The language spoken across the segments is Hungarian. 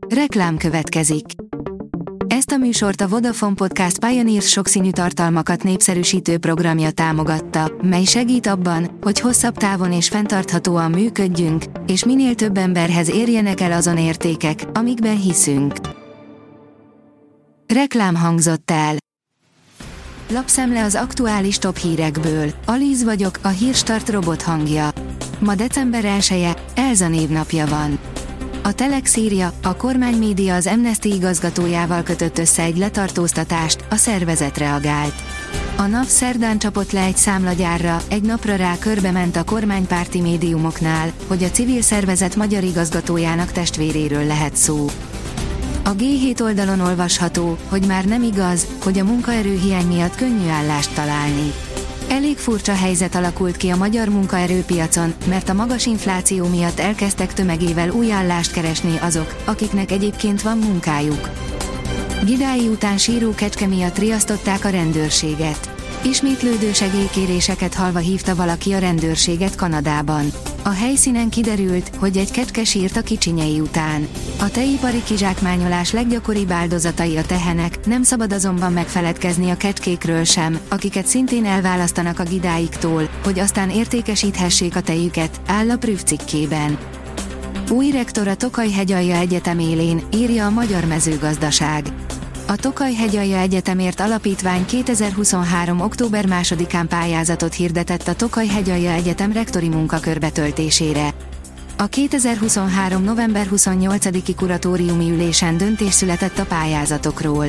Reklám következik. Ezt a műsort a Vodafone Podcast Pioneers sokszínű tartalmakat népszerűsítő programja támogatta, mely segít abban, hogy hosszabb távon és fenntarthatóan működjünk, és minél több emberhez érjenek el azon értékek, amikben hiszünk. Reklám hangzott el. Lapszemle az aktuális top hírekből. Alíz vagyok, a Hírstart robot hangja. Ma december 1-e, Elza névnapja van. A Telex írja, a kormánymédia az Amnesty igazgatójával kötött össze egy letartóztatást, a szervezet reagált. A NAV szerdán csapott le egy számlagyárra, egy napra rá körbement a kormánypárti médiumoknál, hogy a civil szervezet magyar igazgatójának testvéréről lehet szó. A G7 oldalon olvasható, hogy már nem igaz, hogy a munkaerőhiány miatt könnyű állást találni. Elég furcsa helyzet alakult ki a magyar munkaerőpiacon, mert a magas infláció miatt elkezdtek tömegével új állást keresni azok, akiknek egyébként van munkájuk. Gidái után síró kecske miatt riasztották a rendőrséget. Ismétlődő segélykéréseket hallva hívta valaki a rendőrséget Kanadában. A helyszínen kiderült, hogy egy kecske sírt a kicsinyei után. A tejipari kizsákmányolás leggyakoribb áldozatai a tehenek, nem szabad azonban megfeledkezni a kecskékről sem, akiket szintén elválasztanak a gidáiktól, hogy aztán értékesíthessék a tejüket, áll a Prüf cikkében. Új rektor a Tokaj-Hegyalja Egyetem élén, írja a Magyar Mezőgazdaság. A Tokaj-Hegyalja Egyetemért Alapítvány 2023. október 2-án pályázatot hirdetett a Tokaj-Hegyalja Egyetem rektori munkakör-betöltésére. A 2023. november 28-i kuratóriumi ülésen döntés született a pályázatokról.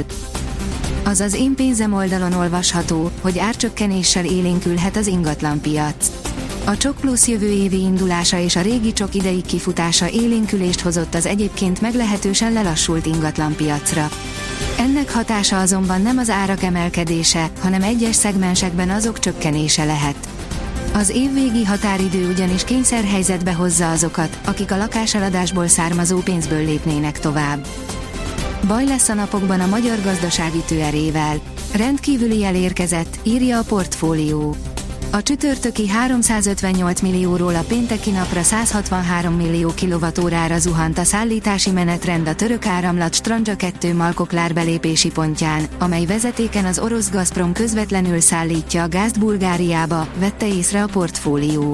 Az Én pénzem oldalon olvasható, hogy árcsökkenéssel élénkülhet az ingatlanpiac. A Csok Plusz jövő évi indulása és a régi Csok ideig kifutása élénkülést hozott az egyébként meglehetősen lelassult ingatlanpiacra. Ennek hatása azonban nem az árak emelkedése, hanem egyes szegmensekben azok csökkenése lehet. Az évvégi határidő ugyanis kényszerhelyzetbe hozza azokat, akik a lakáseladásból származó pénzből lépnének tovább. Baj lesz a napokban a magyar gazdaság ütőerével. Rendkívüli jel érkezett, írja a Portfólió. A csütörtöki 358 millióról a pénteki napra 163 millió kilovattórára zuhant a szállítási menetrend a török áramlat Strandja 2 Malkoklár belépési pontján, amely vezetéken az orosz Gazprom közvetlenül szállítja a gázt Bulgáriába, vette észre a Portfólió.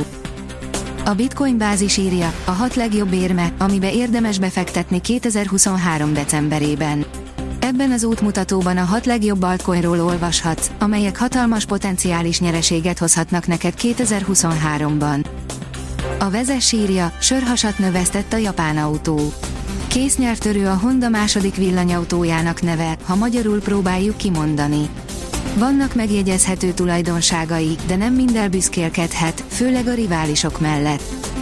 A Bitcoin bázis írja, a 6 legjobb érme, amibe érdemes befektetni 2023. decemberében. Ebben az útmutatóban a 6 legjobb altcoinról olvashatsz, amelyek hatalmas potenciális nyereséget hozhatnak neked 2023-ban. A Vezess írja, sörhasat növesztett a japán autó. Késznyelvtörő a Honda második villanyautójának neve, ha magyarul próbáljuk kimondani. Vannak megjegyezhető tulajdonságai, de nem minden büszkélkedhet, főleg a riválisok mellett.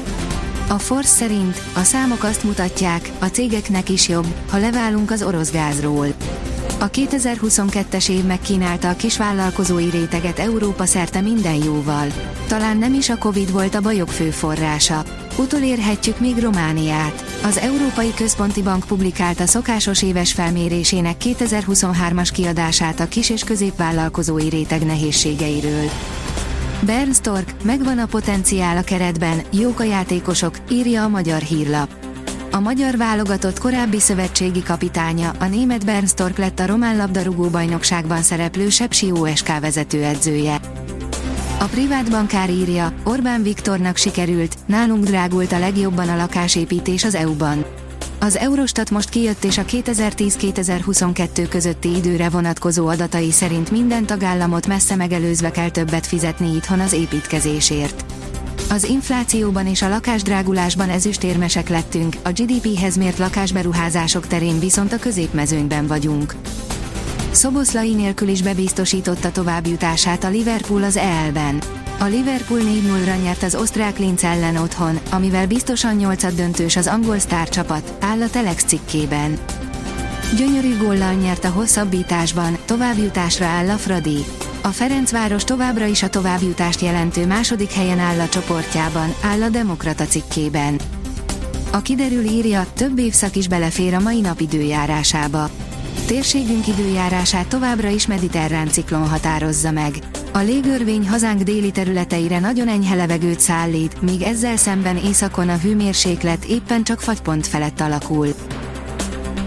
A Force szerint a számok azt mutatják, a cégeknek is jobb, ha leválunk az orosz gázról. A 2022-es év megkínálta a kisvállalkozói réteget Európa szerte minden jóval. Talán nem is a Covid volt a bajok fő forrása. Utolérhetjük még Romániát. Az Európai Központi Bank publikálta szokásos éves felmérésének 2023-as kiadását a kis- és középvállalkozói réteg nehézségeiről. Bernd Stork, megvan a potenciál a keretben, jók a játékosok, írja a Magyar Hírlap. A magyar válogatott korábbi szövetségi kapitánya, a német Bernd Stork lett a román labdarúgó-bajnokságban szereplő Sepsi OSK vezetőedzője. A privát bankár írja, Orbán Viktornak sikerült, nálunk drágult a legjobban a lakásépítés az EU-ban. Az Eurostat most kijött és a 2010-2022 közötti időre vonatkozó adatai szerint minden tagállamot messze megelőzve kell többet fizetni itthon az építkezésért. Az inflációban és a lakásdrágulásban ezüstérmesek lettünk, a GDP-hez mért lakásberuházások terén viszont a középmezőnyben vagyunk. Szoboszlai nélkül is bebiztosította továbbjutását a Liverpool az EL-ben. A Liverpool 4-0-ra nyert az osztrák Linz ellen otthon, amivel biztosan 8-döntős az angol sztárcsapat, áll a Telex cikkében. Gyönyörű góllal nyert a hosszabbításban, továbbjutásra áll a Fradi. A Ferencváros továbbra is a továbbjutást jelentő második helyen áll a csoportjában, áll a Demokrata cikkében. A Kiderül írja, több évszak is belefér a mai nap időjárásába. Térségünk időjárását továbbra is mediterrán ciklon határozza meg. A légörvény hazánk déli területeire nagyon enyhe levegőt szállít, míg ezzel szemben északon a hőmérséklet éppen csak fagypont felett alakul.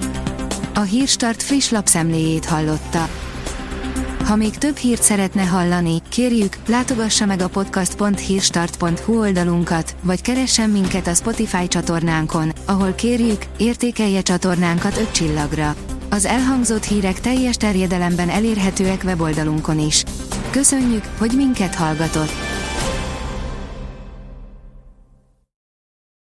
A Hírstart friss lapszemléjét hallotta. Ha még több hírt szeretne hallani, kérjük, látogassa meg a podcast.hírstart.hu oldalunkat, vagy keressen minket a Spotify csatornánkon, ahol kérjük, értékelje csatornánkat 5 csillagra. Az elhangzott hírek teljes terjedelemben elérhetőek weboldalunkon is. Köszönjük, hogy minket hallgatott!